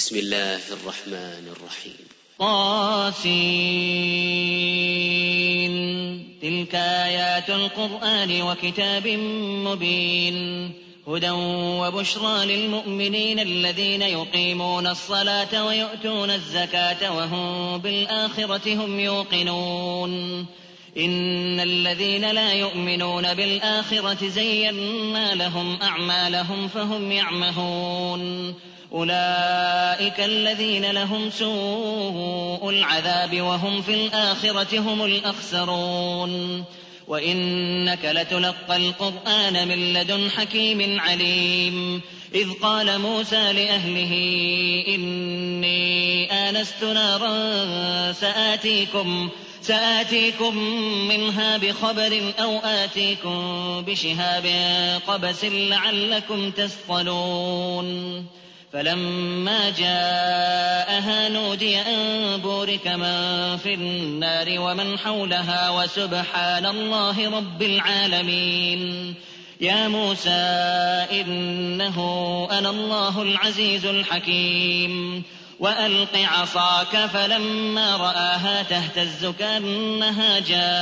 بسم الله الرحمن الرحيم. طاسين. تلك آيات القرآن وكتاب مبين هدى وبشرى للمؤمنين الذين يقيمون الصلاة ويؤتون الزكاة وهم بالآخرة هم يوقنون. إن الذين لا يؤمنون بالآخرة زينا لهم أعمالهم فهم يعمهون. أولئك الذين لهم سوء العذاب وهم في الآخرة هم الأخسرون. وإنك لتلقى القرآن من لدن حكيم عليم. إذ قال موسى لأهله إني آنست نارا سآتيكم منها بخبر أو آتيكم بشهاب قبس لعلكم تصطلون. فلما جاءها نودي أن بورك من في النار ومن حولها وسبحان الله رب العالمين. يا موسى إنه أنا الله العزيز الحكيم. وألق عصاك فلما رآها تهتز كأنها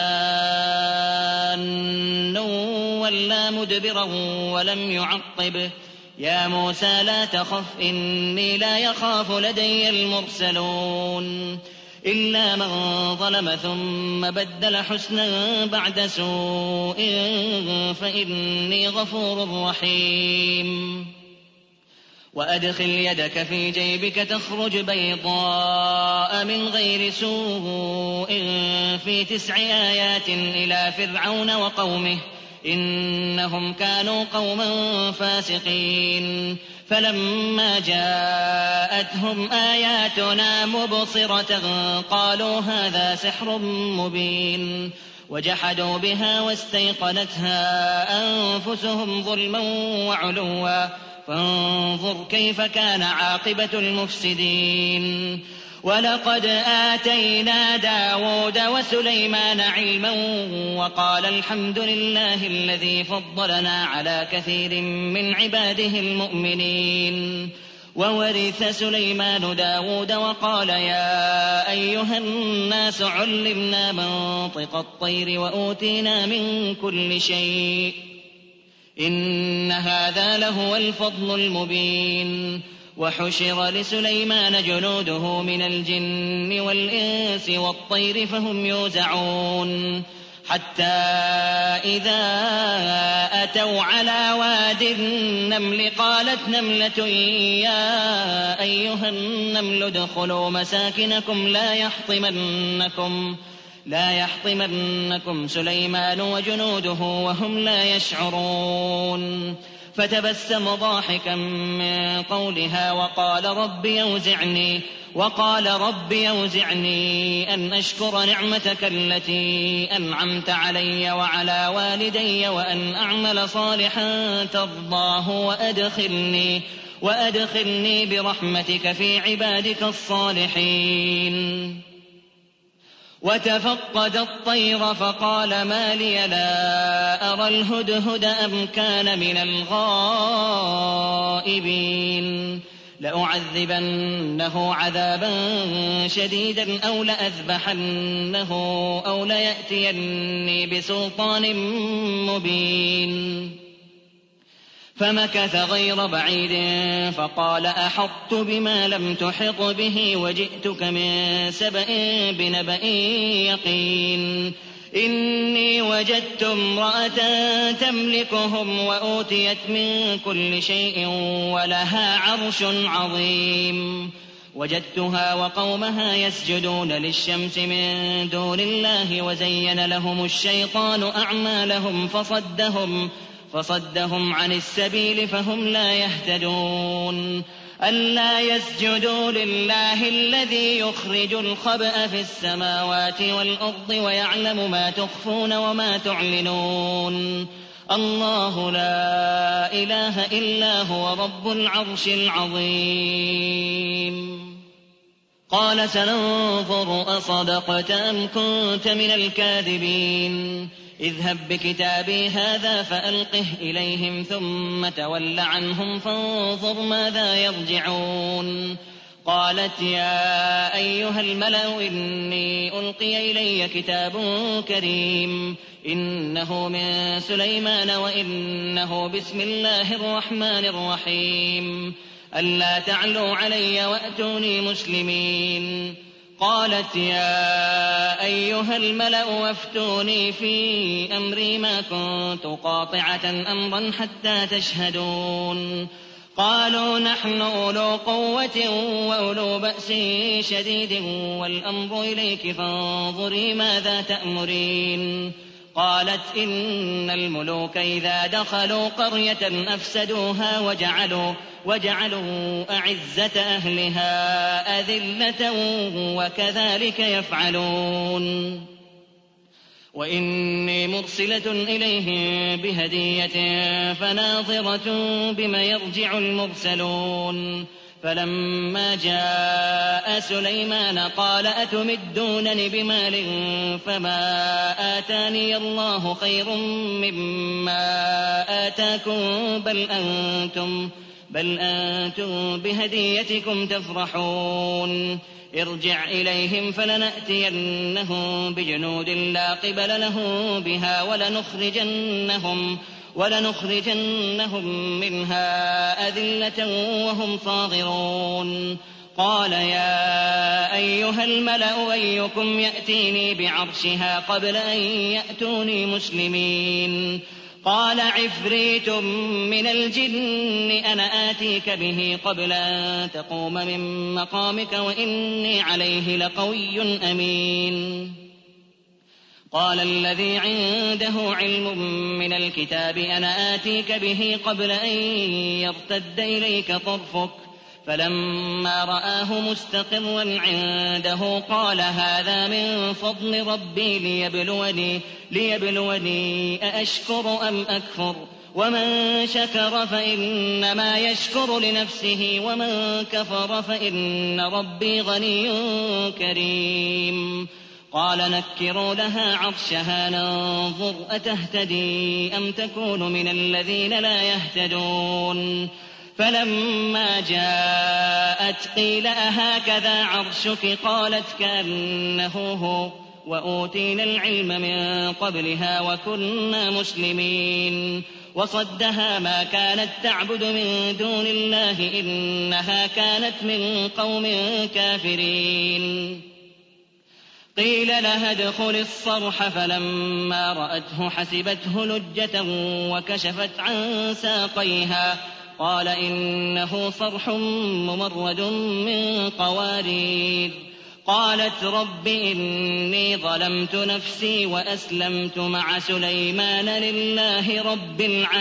جان ولا مدبرا ولم يعقب. يا موسى لا تخف إني لا يخاف لدي المرسلون. إلا من ظلم ثم بدل حسنا بعد سوء فإني غفور رحيم. وأدخل يدك في جيبك تخرج بيضاء من غير سوء في 9 آيات إلى فرعون وقومه إنهم كانوا قوما فاسقين. فلما جاءتهم آياتنا مبصرة قالوا هذا سحر مبين. وجحدوا بها واستيقنتها أنفسهم ظلما وعلوا فانظر كيف كان عاقبة المفسدين. ولقد آتينا داود وسليمان علما وقال الحمد لله الذي فضلنا على كثير من عباده المؤمنين. وورث سليمان داود وقال يا أيها الناس علمنا منطق الطير وأوتينا من كل شيء إن هذا لهو الفضل المبين. وحشر لسليمان جنوده من الجن والإنس والطير فهم يوزعون. حتى إذا أتوا على واد النمل قالت نملة يا أيها النمل ادخلوا مساكنكم لا يحطمنكم سليمان وجنوده وهم لا يشعرون. فتبسم ضاحكا من قولها وقال رب يوزعني أن أشكر نعمتك التي أنعمت علي وعلى والدي وأن أعمل صالحا ترضاه وأدخلني برحمتك في عبادك الصالحين. وتفقد الطير فقال ما لي لا أرى الهدهد أم كان من الغائبين. لأعذبنه عذابا شديدا أو لأذبحنه أو ليأتيني بسلطان مبين. فمكث غير بعيد فقال أحطت بما لم تحط به وجئتك من سبأ بنبأ يقين. إني وجدت امرأة تملكهم وأوتيت من كل شيء ولها عرش عظيم. وجدتها وقومها يسجدون للشمس من دون الله وزين لهم الشيطان أعمالهم فصدهم عن السبيل فهم لا يهتدون. ألا يسجدوا لله الذي يخرج الخبأ في السماوات والأرض ويعلم ما تخفون وما تعلنون. الله لا إله إلا هو رب العرش العظيم. قال سننظر أصدقت أم كنت من الكاذبين. اذهب بكتابي هذا فألقه إليهم ثم تول عنهم فانظر ماذا يرجعون. قالت يا أيها الملأ إني ألقي إلي كتاب كريم إنه من سليمان وإنه بسم الله الرحمن الرحيم ألا تعلوا علي وأتوني مسلمين. قالت يا أيها الملأ وافتوني في أمري ما كنت قاطعة أمرا حتى تشهدون. قالوا نحن أولو قوة وأولو بأس شديد والأمر إليك فانظري ماذا تأمرين. قالت إن الملوك إذا دخلوا قرية أفسدوها وجعلوا أعزة أهلها أذلة وكذلك يفعلون. وإني مرسلة إليهم بهدية فناظرة بما يرجع المرسلون. فلما جاء سليمان قال أتمدونني بمال فما آتاني الله خير مما آتاكم بل أنتم بهديتكم تفرحون. ارجع إليهم فلنأتينهم بجنود لا قبل لهم بها ولنخرجنهم منها أذلة وهم صاغرون. قال يا أيها الملأ أيكم يأتيني بعرشها قبل أن يأتوني مسلمين. قال عفريت من الجن أنا آتيك به قبل أن تقوم من مقامك وإني عليه لقوي أمين. قال الذي عنده علم من الكتاب أنا آتيك به قبل أن يرتد إليك طرفك فلما رآه مستقرا عنده قال هذا من فضل ربي ليبلوني أأشكر أم أكفر ومن شكر فإنما يشكر لنفسه ومن كفر فإن ربي غني كريم. قال نكروا لها عرشها ننظر أتهتدي أم تكون من الذين لا يهتدون. فلما جاءت قيل أهكذا عرشك قالت كأنه هو وأوتينا العلم من قبلها وكنا مسلمين. وصدها ما كانت تعبد من دون الله إنها كانت من قوم كافرين. قيل لها ادخل الصرح فلما رأته حسبته لجة وكشفت عن ساقيها قال إنه صرح ممرد من قوارير. قالت رب إني ظلمت نفسي وأسلمت مع سليمان لله رب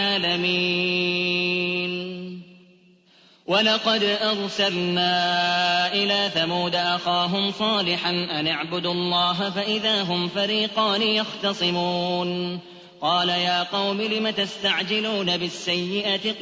العالمين. ولقد أرسلنا إلى ثمود أخاهم صالحا أن اعبدوا الله فإذا هم فريقان يختصمون. قال يا قوم لم تستعجلون بالسيئة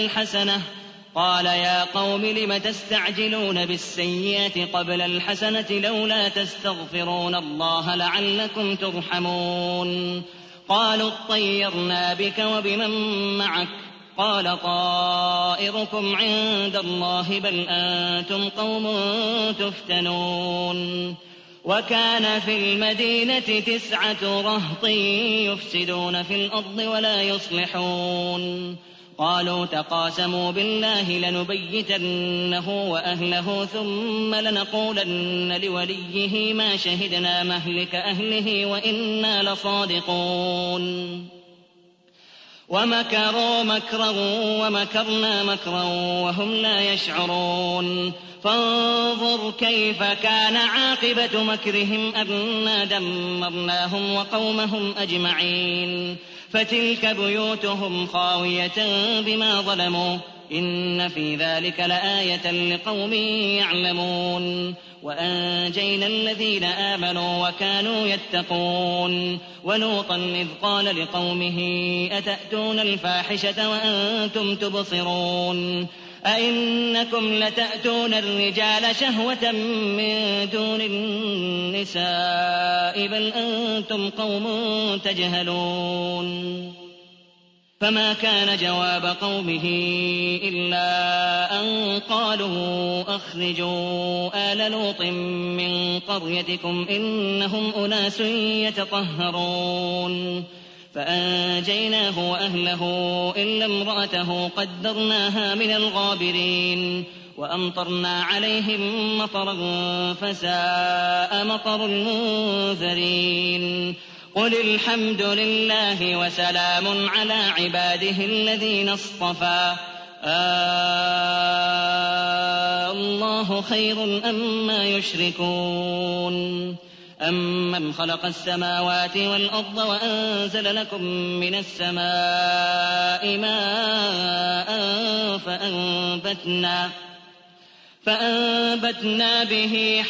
قبل الحسنة لولا تستغفرون الله لعلكم ترحمون. قالوا اطيرنا بك وبمن معك قال طائركم عند الله بل أنتم قوم تفتنون. وكان في المدينة 9 رهط يفسدون في الأرض ولا يصلحون. قالوا تقاسموا بالله لنبيتنه وأهله ثم لنقولن لوليه ما شهدنا مهلك أهله وإنا لصادقون. ومكروا مكرا ومكرنا مكرا وهم لا يشعرون. فانظر كيف كان عاقبة مكرهم أنا دمرناهم وقومهم أجمعين. فتلك بيوتهم خاوية بما ظلموا إن في ذلك لآية لقوم يعلمون. وأنجينا الذين آمنوا وكانوا يتقون. ولوطا إذ قال لقومه أتأتون الفاحشة وأنتم تبصرون أئنكم لتأتون الرجال شهوة من دون النساء بل أنتم قوم تجهلون. فما كان جواب قومه إلا أن قالوا أخرجوا آل لوط من قريتكم إنهم أناس يتطهرون فأنجيناه وأهله إلا امرأته قدرناها من الغابرين وأمطرنا عليهم مطرا فساء مطر المنذرين قل الحمد لله وسلام على عباده الذين اصطفى الله خير أما يشركون أمن خلق السماوات والأرض وأنزل لكم من السماء ماء فأنبتنا به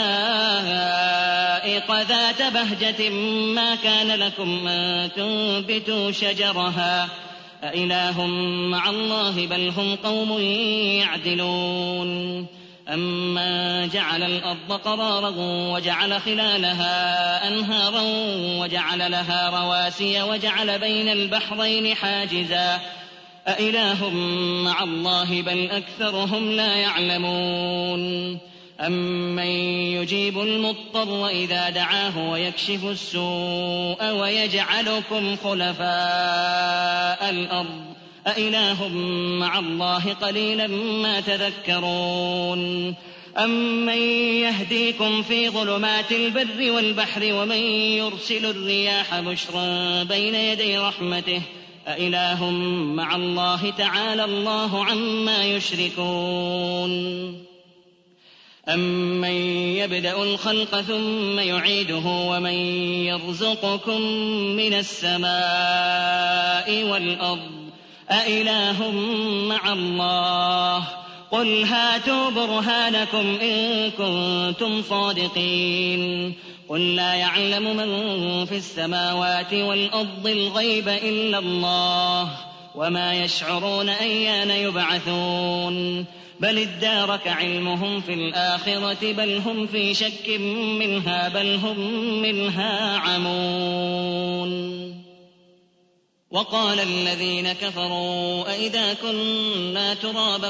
حدائق ذات بهجة ما كان لكم أن تنبتوا شجرها أإله مع الله بل هم قوم يعدلون أمن جعل الأرض قرارا وجعل خلالها أنهارا وجعل لها رواسي وجعل بين البحرين حاجزا أإله مع الله بل أكثرهم لا يعلمون أمن يجيب المضطر إذا دعاه ويكشف السوء ويجعلكم خلفاء الأرض أإله مع الله قليلا ما تذكرون أمن يهديكم في ظلمات البر والبحر ومن يرسل الرياح بشرا بين يدي رحمته أإله مع الله تعالى الله عما يشركون أمن يبدأ الخلق ثم يعيده ومن يرزقكم من السماء والأرض أإله مع الله قل هاتوا برهانكم إن كنتم صادقين قل لا يعلم من في السماوات والأرض الغيب إلا الله وما يشعرون أيان يبعثون بل ادارك علمهم في الآخرة بل هم في شك منها بل هم منها عمون وقال الذين كفروا أئذا كنا ترابا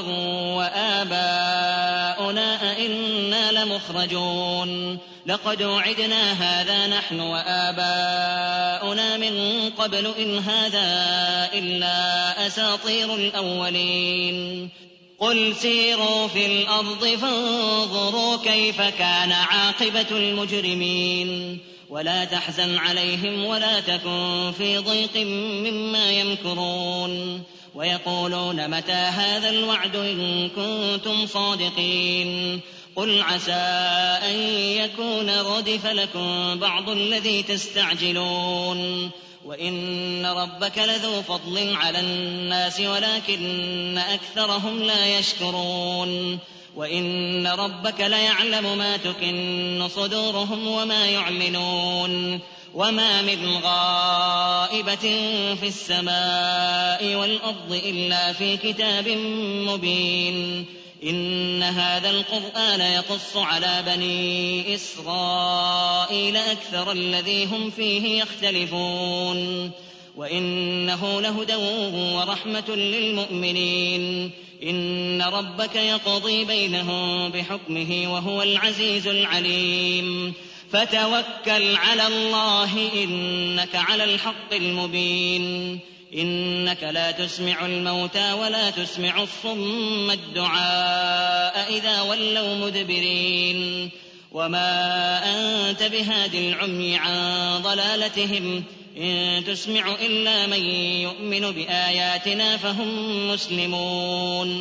وآباؤنا أئنا لمخرجون لقد وعدنا هذا نحن وآباؤنا من قبل إن هذا إلا أساطير الأولين قل سيروا في الأرض فانظروا كيف كان عاقبة المجرمين ولا تحزن عليهم ولا تكن في ضيق مما يمكرون ويقولون متى هذا الوعد إن كنتم صادقين قل عسى أن يكون ردف لكم بعض الذي تستعجلون وإن ربك لذو فضل على الناس ولكن أكثرهم لا يشكرون وإن ربك ليعلم ما تكن صدورهم وما يعلنون وما من غائبة في السماء والأرض إلا في كتاب مبين إن هذا القرآن يقص على بني إسرائيل أكثر الذي هم فيه يختلفون وإنه لهدى ورحمة للمؤمنين إن ربك يقضي بينهم بحكمه وهو العزيز العليم فتوكل على الله إنك على الحق المبين إنك لا تسمع الموتى ولا تسمع الصم الدعاء إذا ولوا مدبرين وما أنت بهاد العمي عن ضلالتهم إن تسمع إلا من يؤمن بآياتنا فهم مسلمون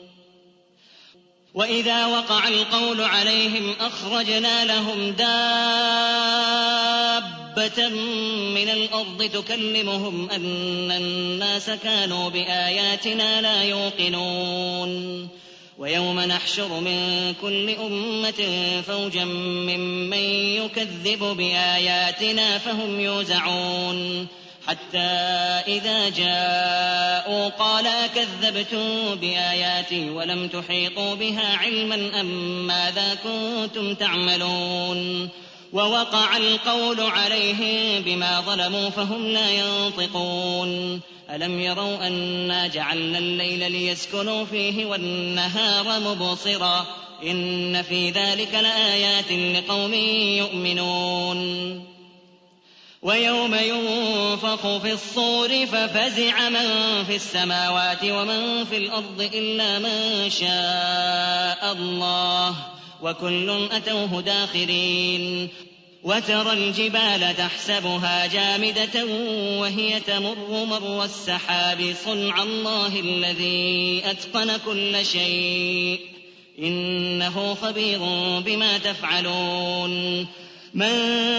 وإذا وقع القول عليهم أخرجنا لهم دابة من الأرض تكلمهم أن الناس كانوا بآياتنا لا يوقنون ويوم نحشر من كل أمة فوجا ممن يكذب بآياتنا فهم يوزعون حتى إذا جاءوا قال أكذبتم بآياتي ولم تحيطوا بها علما أم ماذا كنتم تعملون ووقع القول عليهم بما ظلموا فهم لا ينطقون ألم يروا أنا جعلنا الليل ليسكنوا فيه والنهار مبصرا إن في ذلك لآيات لقوم يؤمنون ويوم ينفخ في الصور ففزع من في السماوات ومن في الأرض إلا من شاء الله وكل أتوه داخرين وترى الجبال تحسبها جامدة وهي تمر مر السحاب صنع الله الذي أتقن كل شيء إنه خبير بما تفعلون من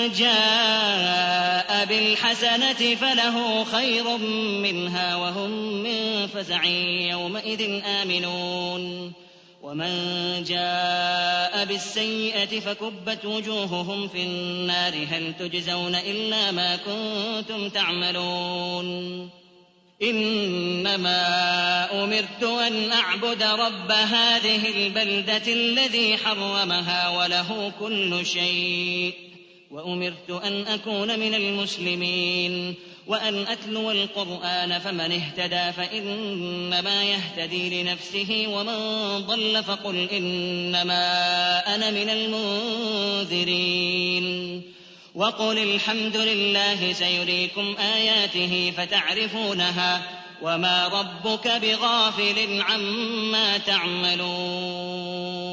جاء بالحسنة فله خير منها وهم من فزع يومئذ آمنون ومن جاء بالسيئة فكبت وجوههم في النار هل تجزون إلا ما كنتم تعملون إنما أمرت أن أعبد رب هذه البلدة الذي حرمها وله كل شيء وأمرت أن أكون من المسلمين وأن أتلو القرآن فمن اهتدى فإنما يهتدي لنفسه ومن ضل فقل إنما أنا من المنذرين وقل الحمد لله سيريكم آياته فتعرفونها وما ربك بغافل عما تعملون